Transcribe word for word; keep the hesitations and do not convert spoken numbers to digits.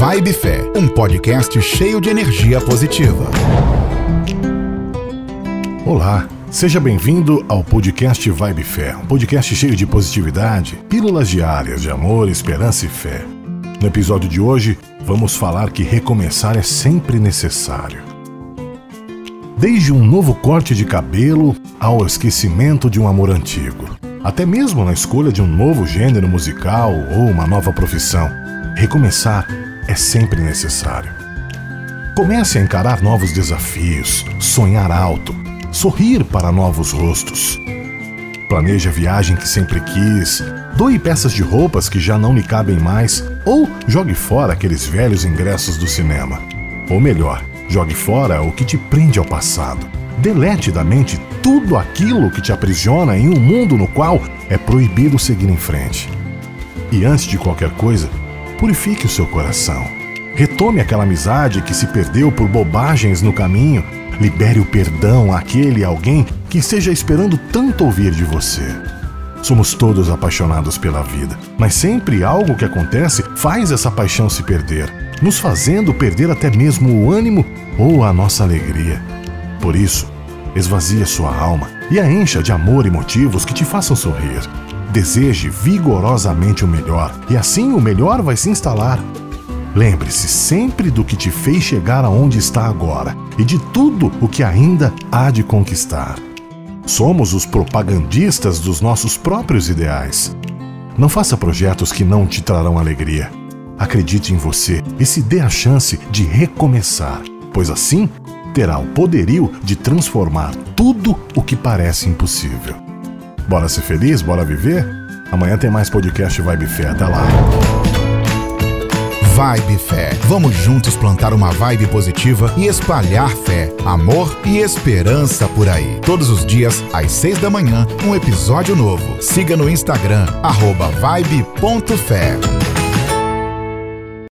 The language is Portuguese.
Vibe Fé, um podcast cheio de energia positiva. Olá, seja bem-vindo ao podcast Vibe Fé, um podcast cheio de positividade, pílulas diárias de amor, esperança e fé. No episódio de hoje, vamos falar que recomeçar é sempre necessário. Desde um novo corte de cabelo ao esquecimento de um amor antigo, até mesmo na escolha de um novo gênero musical ou uma nova profissão, recomeçar é sempre necessário. Comece a encarar novos desafios, sonhar alto, sorrir para novos rostos. Planeje a viagem que sempre quis, doe peças de roupas que já não lhe cabem mais ou jogue fora aqueles velhos ingressos do cinema. Ou melhor, jogue fora o que te prende ao passado. Delete da mente tudo aquilo que te aprisiona em um mundo no qual é proibido seguir em frente. E antes de qualquer coisa, purifique o seu coração. Retome aquela amizade que se perdeu por bobagens no caminho. Libere o perdão àquele alguém que esteja esperando tanto ouvir de você. Somos todos apaixonados pela vida, mas sempre algo que acontece faz essa paixão se perder, nos fazendo perder até mesmo o ânimo ou a nossa alegria. Por isso, esvazie sua alma e a encha de amor e motivos que te façam sorrir. Deseje vigorosamente o melhor, e assim o melhor vai se instalar. Lembre-se sempre do que te fez chegar aonde está agora e de tudo o que ainda há de conquistar. Somos os propagandistas dos nossos próprios ideais. Não faça projetos que não te trarão alegria. Acredite em você e se dê a chance de recomeçar, pois assim terá o poderio de transformar tudo o que parece impossível. Bora ser feliz? Bora viver? Amanhã tem mais podcast Vibe Fé. Até lá! Vibe Fé. Vamos juntos plantar uma vibe positiva e espalhar fé, amor e esperança por aí. Todos os dias, às seis da manhã, um episódio novo. Siga no Instagram, arroba vibe ponto fé.